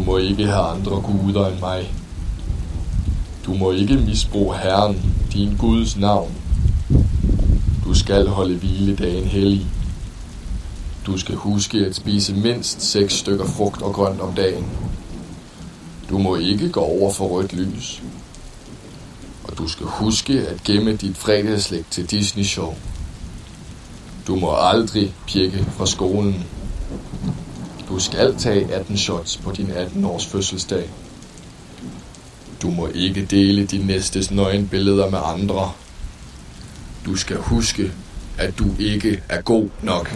må ikke have andre guder end mig. Du må ikke misbruge Herren, din Guds navn. Du skal holde hviledagen hellig. Du skal huske at spise mindst 6 stykker frugt og grønt om dagen. Du må ikke gå over for rødt lys. Og du skal huske at gemme dit fredagslæg til Disney Show. Du må aldrig pjekke fra skolen. Du skal tage 18 shots på din 18-års fødselsdag. Du må ikke dele din næstes nøgenbilleder med andre. Du skal huske, at du ikke er god nok.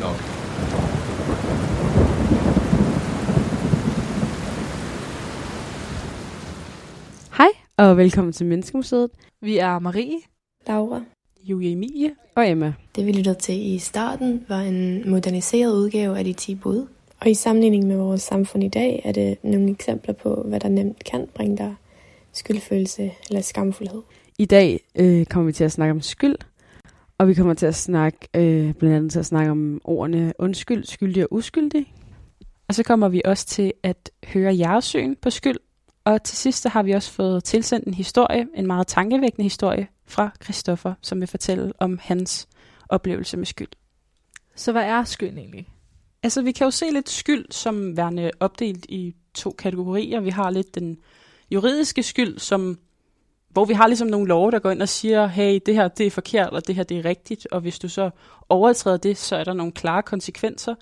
Hej og velkommen til Menneskemuseet. Vi er Marie, Laura, Julie Emilie Og Emma. Det vi lyttede til i starten var en moderniseret udgave af de 10 bud. Og i sammenligning med vores samfund i dag er det nogle eksempler på, hvad der nemt kan bringe dig skyldfølelse eller skamfuldhed. I dag kommer vi til at snakke om skyld, og vi kommer til at snakke blandt andet til at snakke om ordene undskyld, skyldig og uskyldig. Og så kommer vi også til at høre jeres syn på skyld. Og til sidst så har vi også fået tilsendt en historie, en meget tankevækkende historie fra Christoffer, som vil fortælle om hans oplevelse med skyld. Så hvad er skyld egentlig? Altså vi kan jo se lidt skyld som værende opdelt i 2 kategorier. Vi har lidt den juridiske skyld, hvor vi har ligesom nogle love, der går ind og siger, hey, det her det er forkert, og det her det er rigtigt. Og hvis du så overtræder det, så er der nogle klare konsekvenser.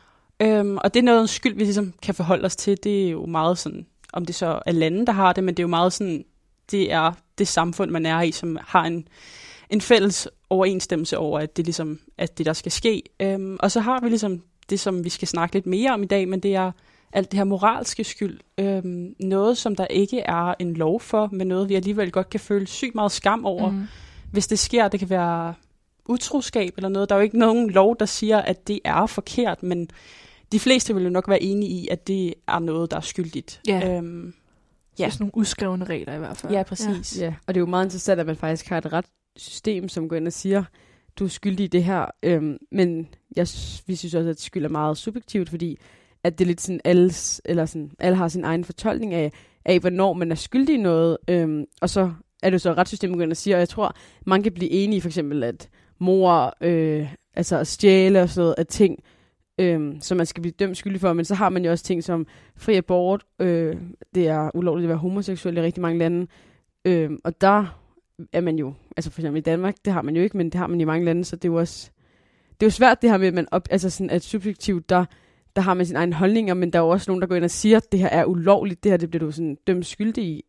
Og det er noget skyld, vi ligesom kan forholde os til. Det er jo meget sådan, om det så er lande, der har det, men det er jo meget sådan, det er det samfund, man er i, som har en fælles overensstemmelse over, at det ligesom at det, der skal ske. Og så har vi ligesom det, som vi skal snakke lidt mere om i dag, men det er alt det her moralske skyld. Noget, som der ikke er en lov for, men noget, vi alligevel godt kan føle sygt meget skam over. Hvis det sker, det kan være utroskab eller noget. Der er jo ikke nogen lov, der siger, at det er forkert, men de fleste vil jo nok være enige i, at det er noget, der er skyldigt. Ja. Sådan nogle uskrevne regler i hvert fald. Ja, præcis. Ja, og det er jo meget interessant, at man faktisk har et retssystem, som går ind og siger, du er skyldig i det her. Men vi synes også, at skyld er meget subjektivt, fordi at det er lidt sådan, alle har sin egen fortolkning af hvornår man er skyldig i noget. Og så er det jo så retssystemet, der går ind og siger, og jeg tror, man kan blive enige for eksempel, at mor, altså at stjæle og sådan noget, af ting, som man skal blive dømt skyldig for, men så har man jo også ting som fri abort, det er ulovligt at være homoseksuel i rigtig mange lande, og der er man jo, altså for eksempel i Danmark, det har man jo ikke, men det har man i mange lande, så det er jo også, det er jo svært det her med, at man altså sådan, at subjektivt, der har man sine egne holdninger, men der er jo også nogen, der går ind og siger, at det her er ulovligt, det her, det bliver du sådan dømt skyldig i.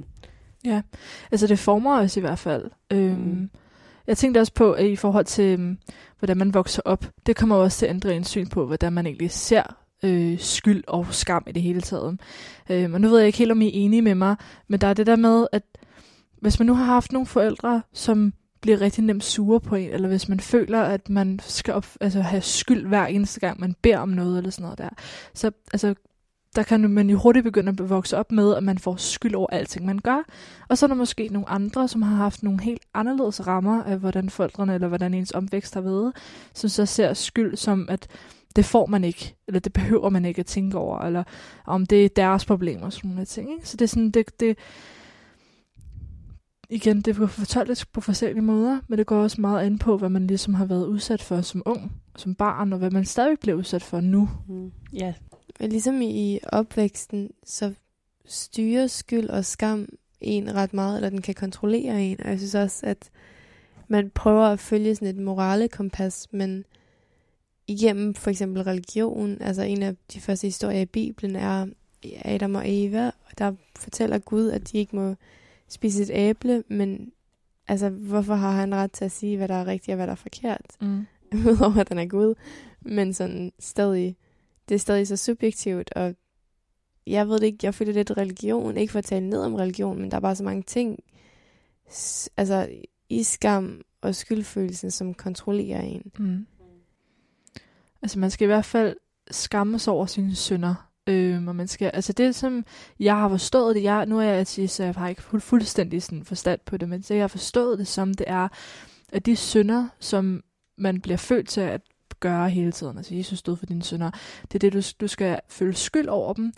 Ja, altså det former os i hvert fald. Jeg tænkte også på, at i forhold til, hvordan man vokser op, det kommer også til at ændre en syn på, hvordan man egentlig ser skyld og skam i det hele taget. Og nu ved jeg ikke helt, om I er enige med mig, men der er det der med, at hvis man nu har haft nogle forældre, som bliver rigtig nemt sure på en, eller hvis man føler, at man skal have skyld hver eneste gang, man beder om noget, eller sådan noget der, så altså, der kan man jo hurtigt begynde at vokse op med, at man får skyld over alting, man gør. Og så er der måske nogle andre, som har haft nogle helt anderledes rammer af, hvordan forældrene eller hvordan ens opvækst har været, som så ser skyld som, at det får man ikke, eller det behøver man ikke at tænke over, eller om det er deres problemer og sådan nogle ting. Ikke? Så det er sådan, igen, det kan fortolkes på forskellige måder, men det går også meget an på, hvad man ligesom har været udsat for som ung, som barn, og hvad man stadig bliver udsat for nu. Ja. Ligesom i opvæksten, så styrer skyld og skam en ret meget, eller den kan kontrollere en. Og jeg synes også, at man prøver at følge sådan et moralekompas, men igennem for eksempel religion, altså en af de første historier i Bibelen er Adam og Eva, og der fortæller Gud, at de ikke må spise et æble, men altså, hvorfor har han ret til at sige, hvad der er rigtigt og hvad der er forkert? Udover at den er Gud, men sådan stadig, det er stadig så subjektivt, og jeg ved det ikke, jeg føler lidt religion, ikke for at tale ned om religion, men der er bare så mange ting, altså i skam og skyldfølelsen, som kontrollerer en. Altså man skal i hvert fald skamme sig over sine synder, og man skal, altså det som jeg har forstået det, nu er jeg at sige, så jeg har ikke fuldstændig sådan forstand på det, men så jeg har forstået det som det er, at de synder, som man bliver født til at gøre hele tiden, altså Jesus stod for dine synder, det er det, du skal føle skyld over dem,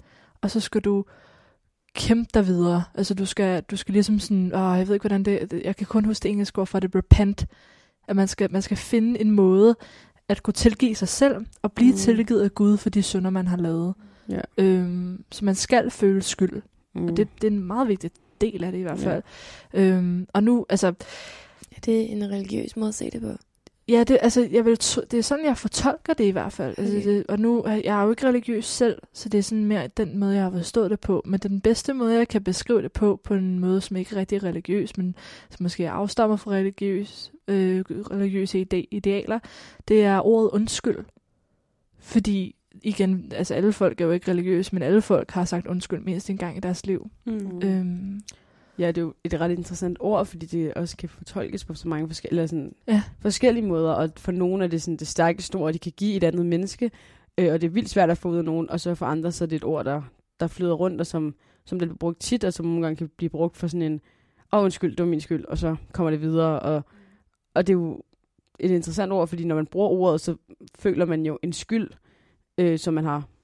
og så skal du kæmpe dig videre. Altså du skal ligesom sådan, jeg ved ikke hvordan det, jeg kan kun huske det engelske ord for det, repent, at man skal finde en måde at kunne tilgive sig selv og blive tilgivet af Gud for de synder man har lavet. Ja. Så man skal føle skyld. Og det er en meget vigtig del af det i hvert fald. Og nu altså det er en religiøs måde at se det på. Ja, det er sådan, jeg fortolker det i hvert fald. Okay. Altså og nu, jeg er jo ikke religiøs selv, så det er sådan mere den måde, jeg har forstået det på. Men den bedste måde, jeg kan beskrive det på en måde, som ikke er rigtig religiøs, men som måske afstammer fra religiøse idealer, det er ordet undskyld. Fordi, igen, altså alle folk er jo ikke religiøse, men alle folk har sagt undskyld mindst en gang i deres liv. Ja, det er jo et ret interessant ord, fordi det også kan fortolkes på så mange forskellige måder, og for nogle er det sådan det stærkeste ord, de kan give et andet menneske, og det er vildt svært at få ud af nogen, og så for andre, så er det et ord, der flyder rundt, og som det bliver brugt tit, og som nogle gange kan blive brugt for sådan en, undskyld, det var min skyld, og så kommer det videre, og det er jo et interessant ord, fordi når man bruger ordet, så føler man jo en skyld, som man har,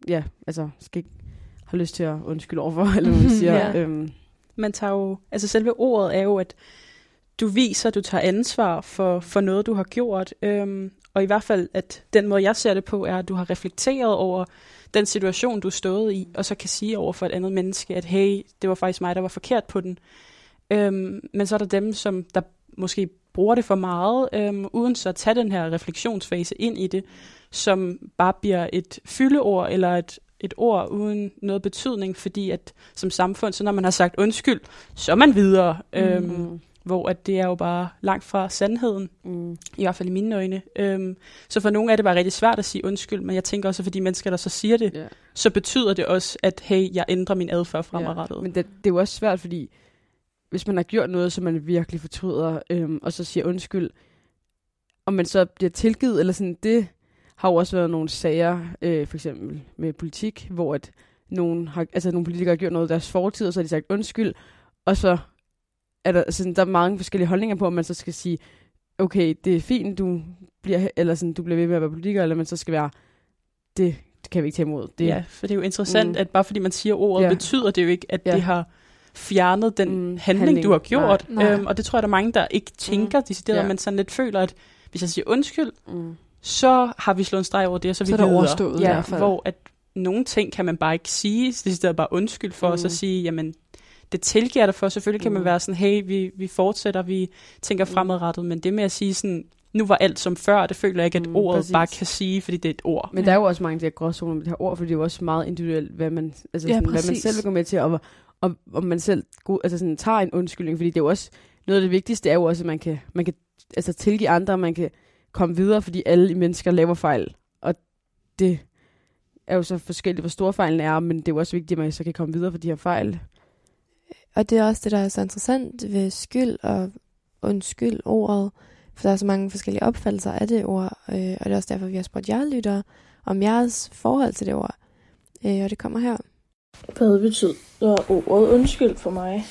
har lyst til at undskylde overfor, eller hvad man siger. Man tager jo, altså selve ordet er jo, at du viser, at du tager ansvar for noget, du har gjort. Og i hvert fald, at den måde, jeg ser det på, er, at du har reflekteret over den situation, du stod i, og så kan sige over for et andet menneske, at hey, det var faktisk mig, der var forkert på den. Men så er der dem, som der måske bruger det for meget, uden så at tage den her refleksionsfase ind i det, som bare bliver et fyldeord, eller et ord uden noget betydning, fordi at som samfund, så når man har sagt undskyld, så er man videre. Hvor at det er jo bare langt fra sandheden, i hvert fald i mine øjne. Så for nogle er det bare rigtig svært at sige undskyld, men jeg tænker også, at for de mennesker, der så siger det, så betyder det også, at hey, jeg ændrer min adfærd fremadrettet. Men det er jo også svært, fordi hvis man har gjort noget, som man virkelig fortryder, og så siger undskyld, og man så bliver tilgivet, eller sådan, det har jo også været nogle sager, for eksempel med politik, hvor at nogle politikere har gjort noget i deres fortid, og så har de sagt undskyld, og så er der er mange forskellige holdninger på, om man så skal sige, okay, det er fint, du bliver ved med at være politiker, eller man så skal være, det kan vi ikke tage imod. Det. Ja, for det er jo interessant, at bare fordi man siger ordet, betyder det jo ikke, at det har fjernet den handling, du har gjort. Nej. Og det tror jeg, der er mange, der ikke tænker decideret, men sådan lidt føler, at hvis jeg siger undskyld, så har vi slået en streg over det, og så er vi videre. Overstået i hvert fald. Hvor at nogle ting kan man bare ikke sige, det er bare undskyld for, og så sige, jamen, det tilgiver dig for. Selvfølgelig kan man være sådan, hey, vi fortsætter, vi tænker fremadrettet, men det med at sige sådan, nu var alt som før, det føler jeg ikke, at ordet bare kan sige, fordi det er et ord. Men der er jo også mange af de her gråzoner med det her ord, fordi det er jo også meget individuelt, hvad man selv vil gå med til, og om man selv tager en undskyldning, fordi det er jo også, noget af det vigtigste er jo også, at man kan tilgive andre, man kan komme videre, fordi alle mennesker laver fejl, og det er jo så forskelligt, hvor store fejlen er, men det er jo også vigtigt, at man så kan komme videre for de her fejl. Og det er også det, der er så interessant ved skyld og undskyld ordet, for der er så mange forskellige opfattelser af det ord, og det er også derfor, vi har spurgt jer lyttere om jeres forhold til det ord. Og det kommer her. Hvad betyder ordet undskyld for mig?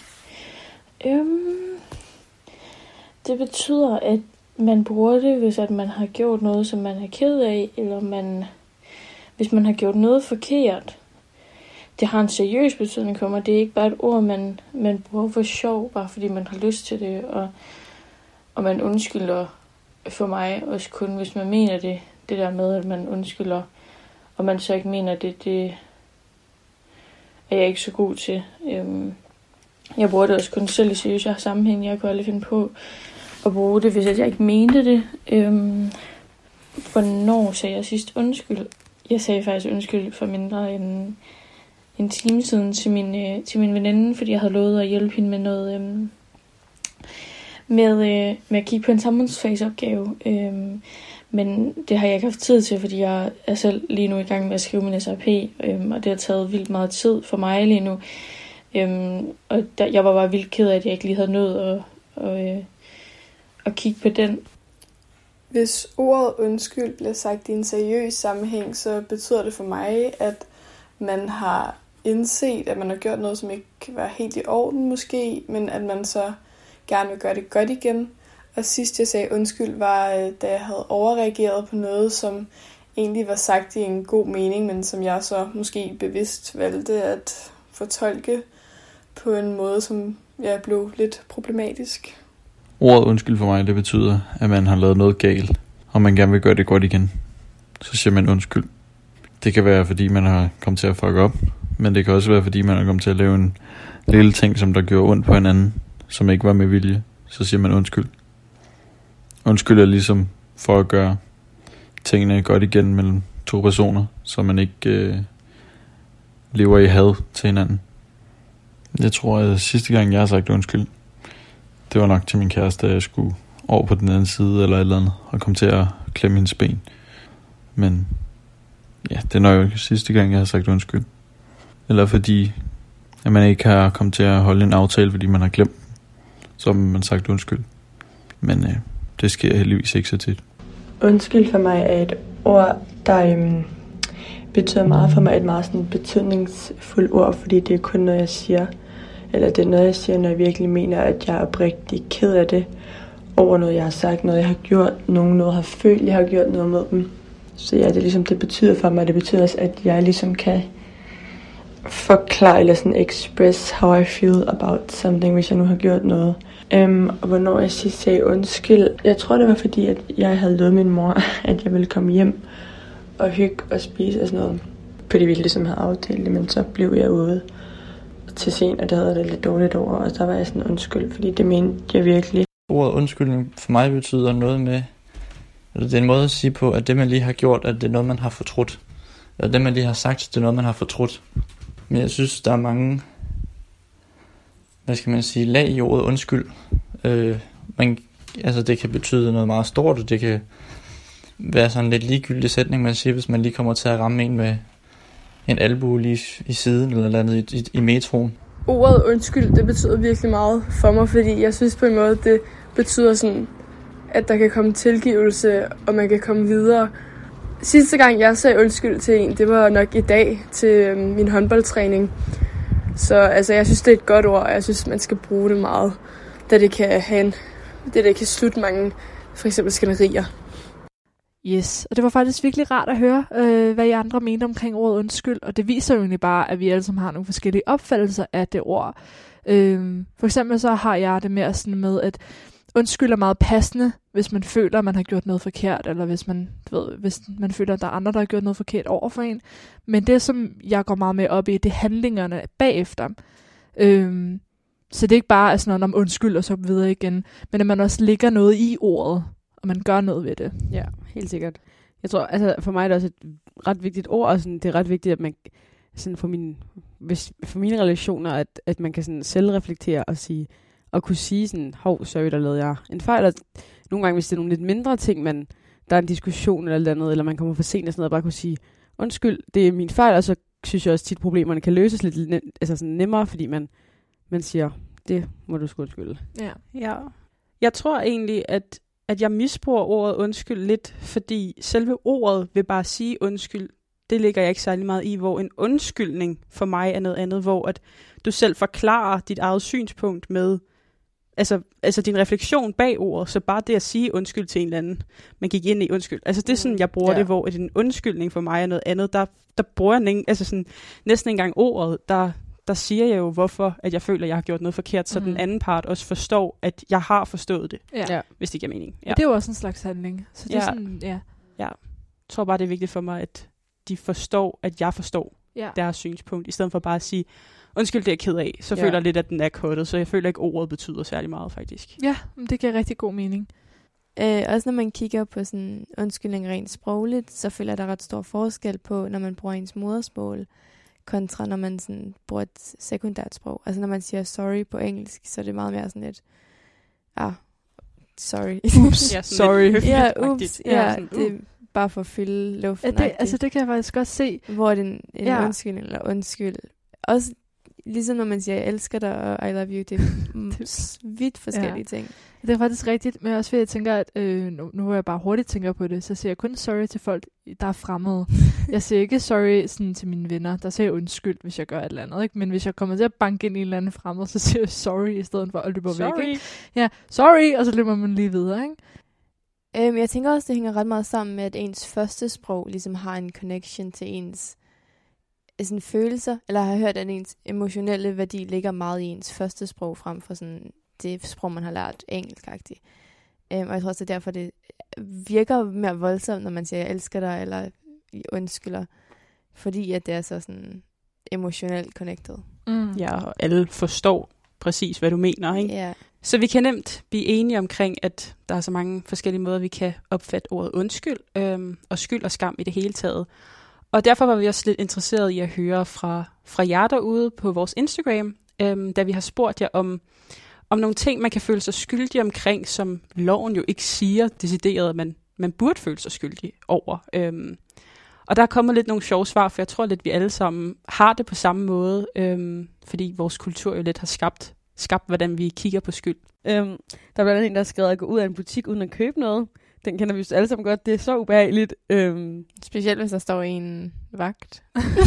Det betyder, at man bruger det, hvis at man har gjort noget, som man er ked af, eller hvis man har gjort noget forkert. Det har en seriøs betydning for mig. Det er ikke bare et ord, man bruger for sjov, bare fordi man har lyst til det. Og man undskylder for mig også kun, hvis man mener det. Det der med, at man undskylder, og man så ikke mener det, det er jeg ikke så god til. Jeg bruger det også kun selv i seriøse sammenhæng. Jeg kan aldrig finde på at bruge det, hvis jeg ikke mente det. Hvornår sagde jeg sidst undskyld? Jeg sagde faktisk undskyld for mindre end en time siden til min veninde, fordi jeg havde lovet at hjælpe hende med noget med at kigge på en samfundsfagsopgave. Men det har jeg ikke haft tid til, fordi jeg er selv lige nu i gang med at skrive min SRP, og det har taget vildt meget tid for mig lige nu. Og jeg var bare vildt ked af, at jeg ikke lige havde nået at kigge på den. Hvis ordet undskyld bliver sagt i en seriøs sammenhæng, så betyder det for mig, at man har indset, at man har gjort noget, som ikke var helt i orden måske, men at man så gerne vil gøre det godt igen. Og sidst jeg sagde undskyld var, da jeg havde overreageret på noget, som egentlig var sagt i en god mening, men som jeg så måske bevidst valgte at fortolke på en måde, som blev lidt problematisk. Ordet undskyld for mig, det betyder, at man har lavet noget galt, og man gerne vil gøre det godt igen. Så siger man undskyld. Det kan være, fordi man har kommet til at fuck op, men det kan også være, fordi man har kommet til at lave en lille ting, som der gjorde ondt på hinanden, som ikke var med vilje. Så siger man undskyld. Undskyld er ligesom for at gøre tingene godt igen mellem to personer, så man ikke lever i had til hinanden. Jeg tror, at sidste gang jeg har sagt undskyld, det var nok til min kæreste, at jeg skulle over på den anden side eller et eller andet, og komme til at klemme hendes ben. Men ja, det er nok ikke sidste gang, jeg har sagt undskyld. Eller fordi, at man ikke har kommet til at holde en aftale, fordi man har glemt, så har man sagt undskyld. Men det sker heldigvis ikke så tit. Undskyld for mig er et ord, der betyder meget for mig, et meget sådan betydningsfuldt ord, fordi det er kun noget, jeg siger. Eller det er noget, jeg siger, når jeg virkelig mener, at jeg er oprigtig ked af det. Over noget, jeg har sagt, noget jeg har gjort, noget har følt, jeg har gjort noget med dem. Så ja, det er ligesom, det betyder for mig. Det betyder også, at jeg ligesom kan forklare eller sådan express how I feel about something, hvis jeg nu har gjort noget. Og hvornår jeg sidst sagde undskyld. Jeg tror, det var fordi, at jeg havde lovet min mor, at jeg ville komme hjem og hygge og spise og sådan noget. Fordi vi ligesom havde aftalt det, men så blev jeg ude til sent, og det havde det lidt dårligt over. Og så var jeg sådan undskyld, fordi det mente jeg virkelig. Ordet undskyldning for mig betyder noget med, eller det er en måde at sige på, at det man lige har gjort, at det er noget man har fortrudt. Eller det man lige har sagt, det er noget man har fortrudt. Men jeg synes der er mange, hvad skal man sige, lag i ordet undskyld. Altså det kan betyde noget meget stort, og det kan være sådan en lidt ligegyldig sætning, man siger, hvis man lige kommer til at ramme en med en albue lige i siden eller andet i metroen. Ordet undskyld, det betyder virkelig meget for mig, fordi jeg synes på en måde, det betyder sådan, at der kan komme tilgivelse, og man kan komme videre. Sidste gang jeg sagde undskyld til en, det var nok i dag til min håndboldtræning. Så altså, jeg synes, det er et godt ord, og jeg synes, man skal bruge det meget, da det kan slutte mange, for eksempel skænderier. Yes, og det var faktisk virkelig rart at høre, hvad I andre mente omkring ordet undskyld, og det viser jo egentlig bare, at vi alle sammen har nogle forskellige opfattelser af det ord. For eksempel så har jeg det mere sådan med, at undskyld er meget passende, hvis man føler, at man har gjort noget forkert, eller hvis man føler, at der er andre, der har gjort noget forkert over for en. Men det, som jeg går meget med op i, det er handlingerne bagefter. Så det er ikke bare sådan noget om undskyld og så videre igen, men at man også lægger noget i ordet, og man gør noget ved det. Ja, helt sikkert. Jeg tror, altså for mig er det også et ret vigtigt ord, og sådan, det er ret vigtigt, at man sådan for mine relationer, at man kan sådan selvreflektere og sige, og kunne sige sådan, hov, sorry, der lavede jeg en fejl. Og nogle gange, hvis det er nogle lidt mindre ting, der er en diskussion eller andet, eller man kommer for sent og sådan noget, bare kunne sige, undskyld, det er min fejl, og så synes jeg også tit, problemerne kan løses lidt sådan nemmere, fordi man siger, det må du sgu undskylde. Ja. Jeg tror egentlig, at jeg misbruger ordet undskyld lidt, fordi selve ordet vil bare sige undskyld, det ligger jeg ikke særlig meget i, hvor en undskyldning for mig er noget andet, hvor at du selv forklarer dit eget synspunkt med, altså din refleksion bag ordet, så bare det at sige undskyld til en eller anden, man gik ind i undskyld. Altså det er sådan, jeg bruger det, hvor en undskyldning for mig er noget andet, der bruger jeg sådan, næsten engang ordet, der siger jeg jo, hvorfor at jeg føler, at jeg har gjort noget forkert, så den anden part også forstår, at jeg har forstået det, hvis det giver mening. Ja. Det er jo også en slags handling. Så det er sådan, ja. Jeg tror bare, det er vigtigt for mig, at de forstår, at jeg forstår deres synspunkt, i stedet for bare at sige, undskyld, det er jeg ked af, så føler jeg lidt, at den er kottet, så jeg føler ikke, ordet betyder særlig meget, faktisk. Ja, det giver rigtig god mening. Også når man kigger på sådan undskyldning rent sprogligt, så føler jeg, der er ret stor forskel på, når man bruger ens modersmål, kontra når man sådan bruger et sekundært sprog. Altså når man siger sorry på engelsk, så er det meget mere sådan et, sorry. Ups, sorry. Ja, ups, det er bare for at fylde luften. Det kan jeg faktisk også se. Hvor er det en undskyldning eller undskyld. Også ligesom når man siger, jeg elsker dig og I love you, det er vidt forskellige ting. Det er faktisk rigtigt, men også fordi jeg tænker, at nu hvor jeg bare hurtigt tænker på det, så siger jeg kun sorry til folk, der er fremmede. Jeg siger ikke sorry sådan, til mine venner, der siger jeg undskyld, hvis jeg gør et eller andet. Ikke? Men hvis jeg kommer til at banke ind i en eller anden fremmed, så siger jeg sorry, i stedet for at løbe væk. Ikke? Ja, sorry, og så løber man lige videre. Ikke? Jeg tænker også, det hænger ret meget sammen med, at ens første sprog ligesom har en connection til ens sådan følelser, eller har hørt, at ens emotionelle værdi ligger meget i ens første sprog, frem for sådan det sprog, man har lært engelsk-agtigt. Og jeg tror også, det er derfor, det virker mere voldsomt, når man siger, jeg elsker dig, eller jeg undskylder, fordi at det er så sådan emotionelt connected. Ja, og alle forstår præcis, hvad du mener, ikke? Ja. Så vi kan nemt blive enige omkring, at der er så mange forskellige måder, vi kan opfatte ordet undskyld, og skyld og skam i det hele taget. Og derfor var vi også lidt interesserede i at høre fra jer derude på vores Instagram, da vi har spurgt jer om nogle ting, man kan føle sig skyldig omkring, som loven jo ikke siger decideret, at man burde føle sig skyldig over. Og der er kommet lidt nogle sjove svar, for jeg tror lidt, vi alle sammen har det på samme måde, fordi vores kultur jo lidt har skabt, hvordan vi kigger på skyld. Der er blandt andet en, der har skrevet at gå ud af en butik uden at købe noget. Den kender vi jo alle sammen godt. Det er så ubehageligt. Specielt, hvis der står en vagt.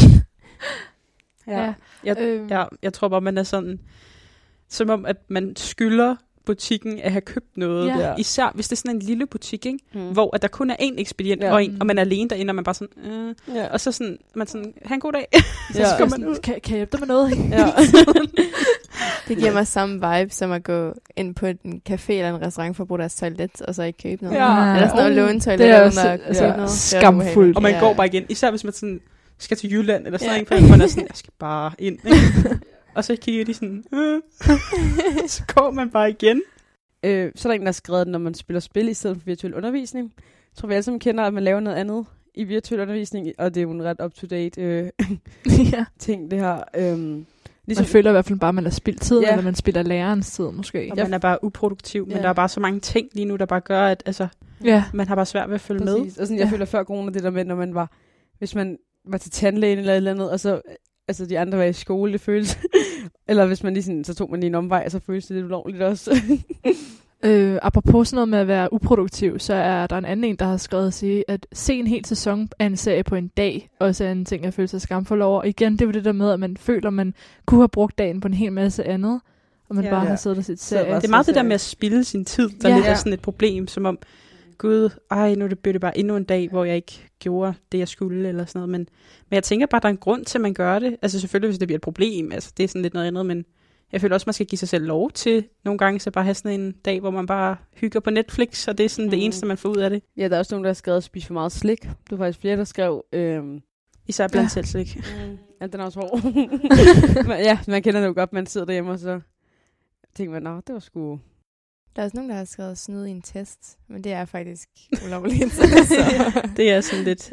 Jeg tror bare, man er sådan, som om, at man skylder butikken at have købt noget. Ja. Især hvis det er sådan en lille butik, ikke? Hvor at der kun er én ekspedient, og man er alene derinde, og man bare sådan, og så sådan, man sådan, ha' en god dag. Så går man ud. Kan jeg hjælpe dig med noget? Ja. Det giver mig samme vibe, som at gå ind på en café eller en restaurant for at bruge deres toilet, og så ikke købe noget. Ja. Eller sådan noget låne toilet. Det er også noget. skamfuldt. Og man går bare igen, især hvis man sådan skal til Jylland, eller sådan noget, man er sådan, jeg skal bare ind, ikke? Og så kigger de sådan, så går man bare igen. Så er der en, der har skrevet, at når man spiller spil i stedet for virtuel undervisning. Jeg tror, vi alle sammen kender, at man laver noget andet i virtuel undervisning, og det er jo en ret up-to-date ting, det her. Ligesom, man føler i hvert fald bare, at man har spildt tid, eller man spiller lærerens tid måske. Og man er bare uproduktiv, men der er bare så mange ting lige nu, der bare gør, at altså, man har bare svært ved at følge med. Og sådan, jeg føler før corona, det der med, når man var, hvis man var til tandlægen eller et eller andet, og så altså de andre var i skole, det føles. Eller hvis man lige sådan, så tog man lige en omvej, og så føles det lidt ulovligt også. Apropos sådan noget med at være uproduktiv, så er der en anden en, der har skrevet at sige, at se en hel sæson af en serie på en dag, også er en ting, at føle sig skamfuld over. Og igen, det er jo det der med, at man føler, at man kunne have brugt dagen på en hel masse andet, og man bare har siddet og set serie. Det er meget det der med at spilde sin tid, der lidt er sådan et problem, som om, gud, nu blev det bare endnu en dag, hvor jeg ikke gjorde det, jeg skulle, eller sådan noget. Men jeg tænker bare, der er en grund til, at man gør det. Altså selvfølgelig, hvis det bliver et problem, altså det er sådan lidt noget andet, men jeg føler også, man skal give sig selv lov til nogle gange, så bare have sådan en dag, hvor man bare hygger på Netflix, og det er sådan det eneste, man får ud af det. Ja, der er også nogen, der har skrevet at spise for meget slik. Du var faktisk flere, der skrev... Især blandt selv slik. Ja, den er også hård. Ja, man kender det jo godt, man sidder derhjemme, og så tænker man, det var sgu... Der er også nogen, der har skrevet snyde i en test, men det er faktisk ulovligt. Det er sådan lidt...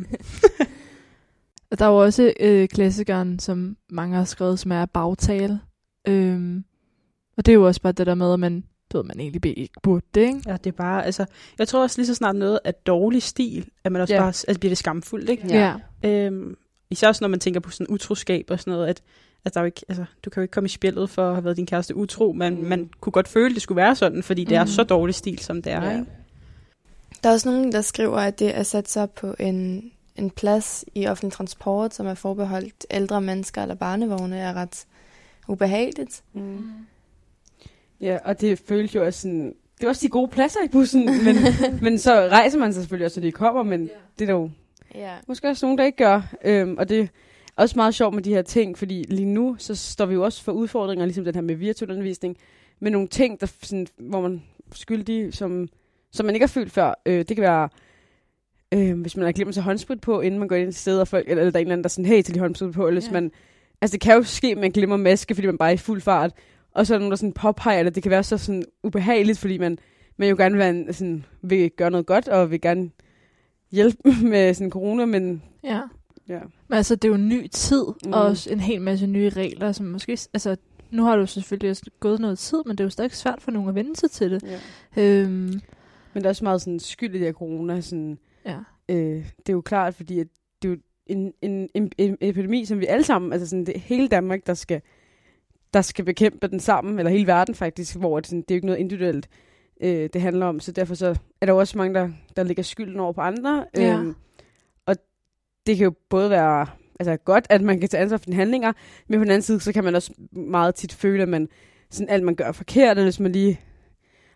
Der er jo også klassikeren, som mange har skrevet, som er bagtale. Og det er jo også bare det der med, at man egentlig ikke burde det, ikke? Ja, det er bare, altså, jeg tror også lige så snart noget er dårlig stil, at man også bare, altså bliver det skamfuldt, ikke? Ja. Især også når man tænker på sådan utroskab og sådan noget, at der er jo ikke, altså, du kan jo ikke komme i spjældet for at have været din kæreste utro, men man kunne godt føle, at det skulle være sådan, fordi det er så dårlig stil, som det er, ikke? Der er også nogen, der skriver, at det er sat sig på en plads i offentlig transport, som er forbeholdt ældre mennesker eller barnevogne, er ret ubehageligt. Ja, og det føles jo også sådan... Det er også de gode pladser i bussen, men så rejser man sig selvfølgelig også, når de kommer, men det er der jo måske også nogen, der ikke gør. Og det er også meget sjovt med de her ting, fordi lige nu, så står vi jo også for udfordringer, ligesom den her med virtuel undervisning, med nogle ting, der, sådan, hvor man er skyldig, som man ikke har følt før. Det kan være... hvis man har glemt at tage håndsprit på, inden man går ind til stedet, og folk, eller der er en eller anden, der sådan, hey, til lige håndsprit på, eller hvis man, altså det kan jo ske, at man glemmer maske, fordi man bare er i fuld fart, og så er der nogen, der sådan påpeger, eller det kan være så sådan ubehageligt, fordi man jo gerne vil gøre noget godt, og vil gerne hjælpe med sådan corona, men... Ja. Men altså, det er jo en ny tid, og også en hel masse nye regler, som måske, altså, nu har du selvfølgelig også gået noget tid, men det er jo stadig svært for nogen at vende sig til det. Ja. Men der er også meget sådan skyld i det her corona, sådan... det er jo klart, fordi at det er jo en epidemi, som vi alle sammen, altså sådan det hele Danmark, der skal bekæmpe den sammen, eller hele verden faktisk, hvor det er jo ikke noget individuelt, det handler om. Så derfor så er der jo også mange, der lægger skylden over på andre. Og det kan jo både være godt, at man kan tage ansvar for sine handlinger, men på den anden side, så kan man også meget tit føle, at man sådan alt man gør er forkert, eller hvis man lige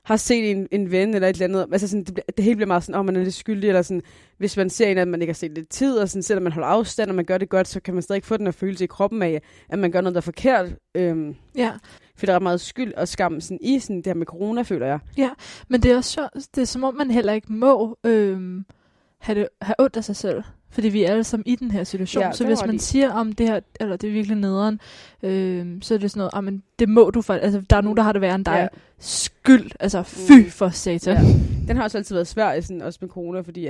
har set en ven eller et eller andet. Altså sådan, det hele bliver meget sådan, man er lidt skyldig, eller sådan, hvis man ser en, at man ikke har set lidt tid, og sådan, selvom man holder afstand, og man gør det godt, så kan man stadig ikke få den her følelse i kroppen af, at man gør noget, der er forkert. Ja. For der er meget skyld og skam sådan, i sådan, det her med corona, føler jeg. Ja, men det er også det er som om, man heller ikke må have ondt af sig selv. Fordi vi er alle sammen i den her situation. Ja, så hvis man siger om det her, eller det er virkelig nederen, så er det sådan noget, men det må du faktisk. Altså, der er nogen, der har det værre end dig. Ja. Skyld, altså fy for satan. Ja. Den har også altid været svær, sådan, også med corona, fordi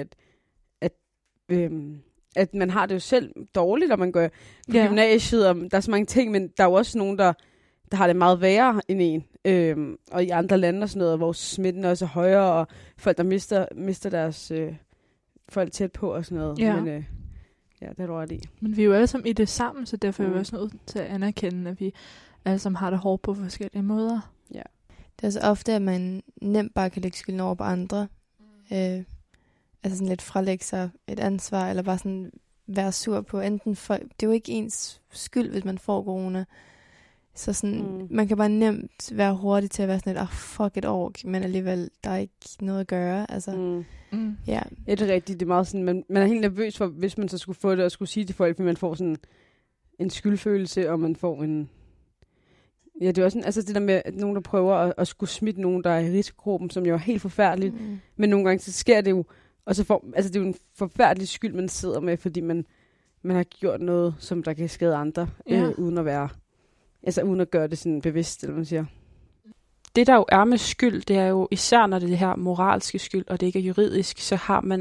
at man har det jo selv dårligt, når man går på gymnasiet, og der er så mange ting, men der er jo også nogen, der har det meget værre end en. Og i andre lande og sådan noget, hvor smitten også er højere, og folk, der mister deres folk tæt på og sådan noget. Ja. Men det har du ret i. Men vi er jo alle sammen i det sammen, så derfor er vi også nødt til at anerkende, at vi alle sammen har det hårdt på forskellige måder. Ja. Det er så ofte, at man nemt bare kan lægge skylden over på andre. Altså sådan lidt fralægge sig et ansvar, eller bare sådan være sur på enten folk. Det er jo ikke ens skyld, hvis man får corona. Så sådan, man kan bare nemt være hurtig til at være sådan lidt, fuck et år, men alligevel, der er ikke noget at gøre. Altså, ja. Ja, det er rigtigt. Det er meget sådan, man er helt nervøs for, hvis man så skulle få det og skulle sige til folk, fordi man får sådan en skyldfølelse, og man får en... Ja, det er også sådan, altså det der med, at nogen, der prøver at skulle smitte nogen, der er i risikogruppen, som jo er helt forfærdeligt. Men nogle gange, så sker det jo, og så det er jo en forfærdelig skyld, man sidder med, fordi man har gjort noget, som der kan skade andre, uden at være... Altså uden at gøre det sådan bevidst, eller man siger. Det der jo er med skyld, det er jo især når det her moralske skyld, og det ikke er juridisk, så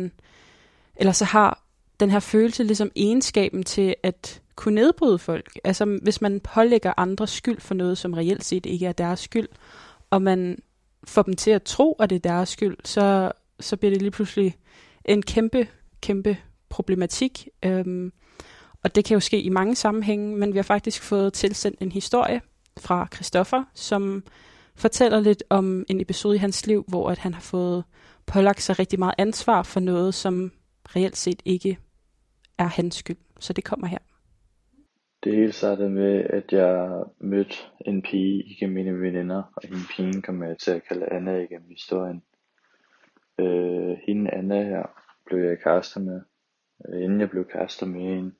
har den her følelse ligesom egenskaben til at kunne nedbryde folk. Altså hvis man pålægger andre skyld for noget, som reelt set ikke er deres skyld, og man får dem til at tro, at det er deres skyld, så bliver det lige pludselig en kæmpe problematik. Og det kan jo ske i mange sammenhænge, men vi har faktisk fået tilsendt en historie fra Christoffer, som fortæller lidt om en episode i hans liv, hvor at han har fået pålagt sig rigtig meget ansvar for noget, som reelt set ikke er hans skyld. Så det kommer her. Det hele startede med, at jeg mødte en pige igennem mine veninder, og hende pigen kom jeg til at kalde Anna igennem historien. Hende Anna her blev jeg kærester med. Inden jeg blev kærester med hende,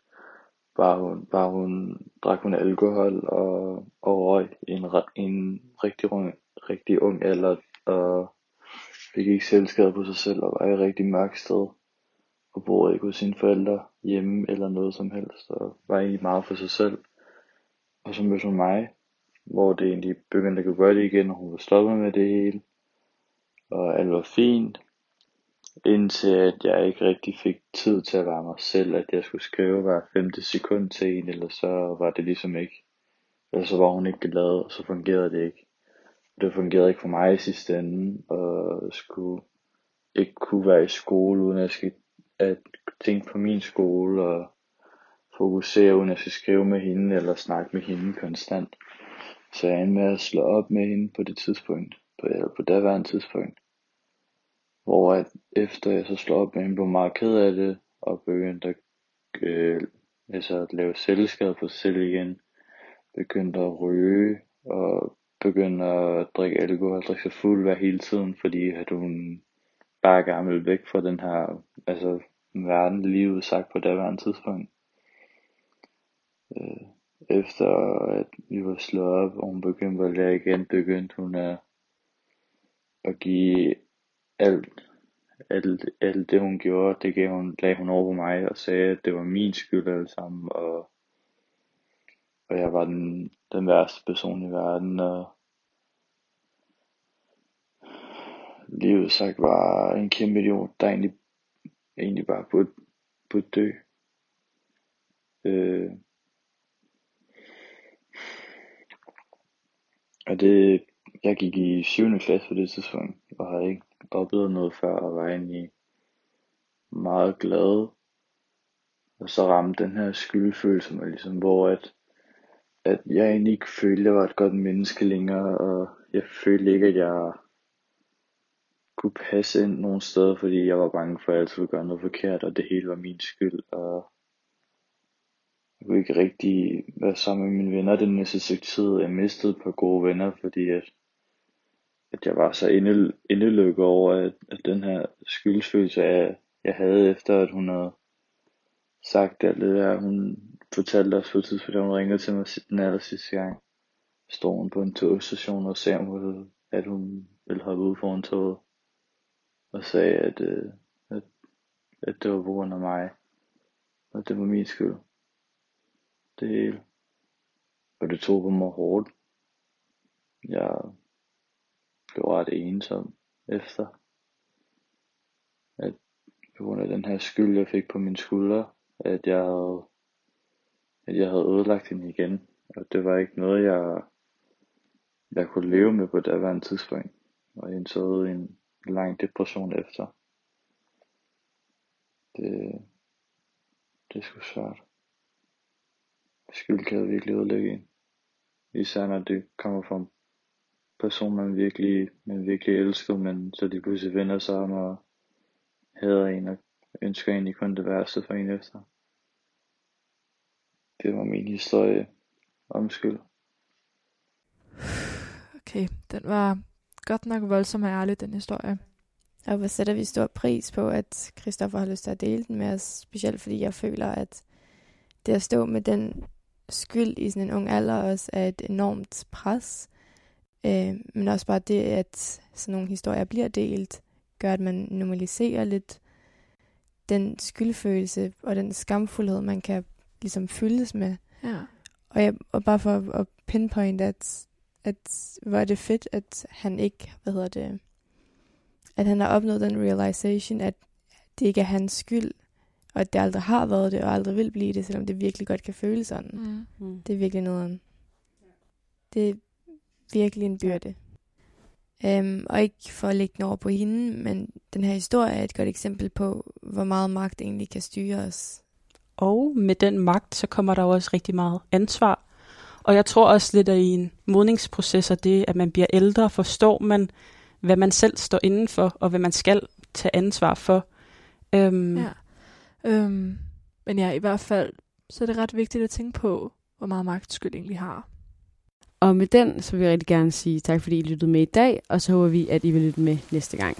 drak hun alkohol og røg i en rigtig ung alder, og fik ikke selvskade på sig selv, og var i et rigtig mørkt sted, og boede ikke hos sine forældre hjemme eller noget som helst, og var egentlig meget for sig selv. Og så mødte hun mig, hvor det egentlig begyndte at gå godt igen, og hun var stoppet med det hele, og alt var fint. Indtil at jeg ikke rigtig fik tid til at være mig selv, at jeg skulle skrive hver 5. sekund til en, eller så var det ligesom ikke, eller så var hun ikke glad, og så fungerede det ikke. Det fungerede ikke for mig i sidste ende, og skulle ikke kunne være i skole, uden at tænke på min skole, og fokusere, uden at jeg skal skrive med hende, eller snakke med hende konstant. Så jeg endte med at slå op med hende på det tidspunkt, på daværende tidspunkt. Hvor at efter jeg så slog op med hende, blev meget ked af det, og begyndte at lave selvskade på sig selv igen. Begyndte at ryge, og begyndte at drikke alkohol, drikke sig fuld hver hele tiden, fordi at hun bare gerne ville væk fra den her verden, livet sagt på daværende tidspunkt. Efter at vi var slået op, og hun begyndte at lære igen, begyndte hun at give alt det hun gjorde, det lagde hun over på mig og sagde, at det var min skyld alt sammen, og jeg var den værste person i verden, og livet sagt var en kæmpe idiot, der egentlig bare burde dø. Og jeg gik i 7. klasse på det tidspunkt, og havde ikke oplevet noget før, og var egentlig meget glad. Og så ramte den her skyldfølelse mig ligesom, hvor at jeg egentlig ikke følte, at jeg var et godt menneske længere, og jeg følte ikke, at jeg kunne passe ind nogen steder, fordi jeg var bange for, at jeg altid ville gøre noget forkert, og det hele var min skyld, og jeg kunne ikke rigtig være sammen med mine venner den næste stykke tid. Jeg mistede et par gode venner, fordi at at jeg var så indelukket over, at den her skyldsfølelse, jeg havde efter, at hun havde sagt alt det der. Hun fortalte os på et tidspunkt, at hun ringede til mig den aller sidste gang. Stod hun på en togstation og sagde, at hun ville hoppe ud foran toget. Og sagde, at det var på grund af mig. Og det var min skyld. Det hele. Og det tog på mig hårdt. Jeg blev ret ensom efter. At på grund af den her skyld, jeg fik på mine skuldre, at jeg havde ødelagt hende igen. Og det var ikke noget, jeg kunne leve med på det daværende tidspunkt. Og jeg indså i en lang depression efter. Det er sgu svært. Skyld kan virkelig ødelægge en. Især når det kommer fra en person, man virkelig elsker, men så de pludselig vender sig om og hader en og ønsker egentlig kun det værste for en efter. Det var min historie om skyld. Okay, den var godt nok voldsom og ærlig, den historie. Og hvor sætter vi stor pris på, at Christoffer har lyst til at dele den med os, specielt fordi jeg føler, at det at stå med den skyld i sådan en ung alder også er et enormt pres. Men også bare det, at sådan nogle historier bliver delt, gør, at man normaliserer lidt den skyldfølelse og den skamfuldhed, man kan ligesom fyldes med. Ja. Og bare for at pinpointe, at hvor er det fedt, at han ikke, at han har opnået den realization, at det ikke er hans skyld, og at det aldrig har været det, og aldrig vil blive det, selvom det virkelig godt kan føles sådan. Det er virkelig noget. Det er virkelig en byrde. Og ikke for at lægge den over på hende, men den her historie er et godt eksempel på, hvor meget magt egentlig kan styre os. Og med den magt, så kommer der også rigtig meget ansvar. Og jeg tror også lidt, at i en modningsproces af det, at man bliver ældre, forstår man, hvad man selv står inden for, og hvad man skal tage ansvar for. Men ja, i hvert fald, så er det ret vigtigt at tænke på, hvor meget magt skyld egentlig har. Og med den, så vil jeg rigtig gerne sige tak, fordi I lyttede med i dag, og så håber vi, at I vil lytte med næste gang.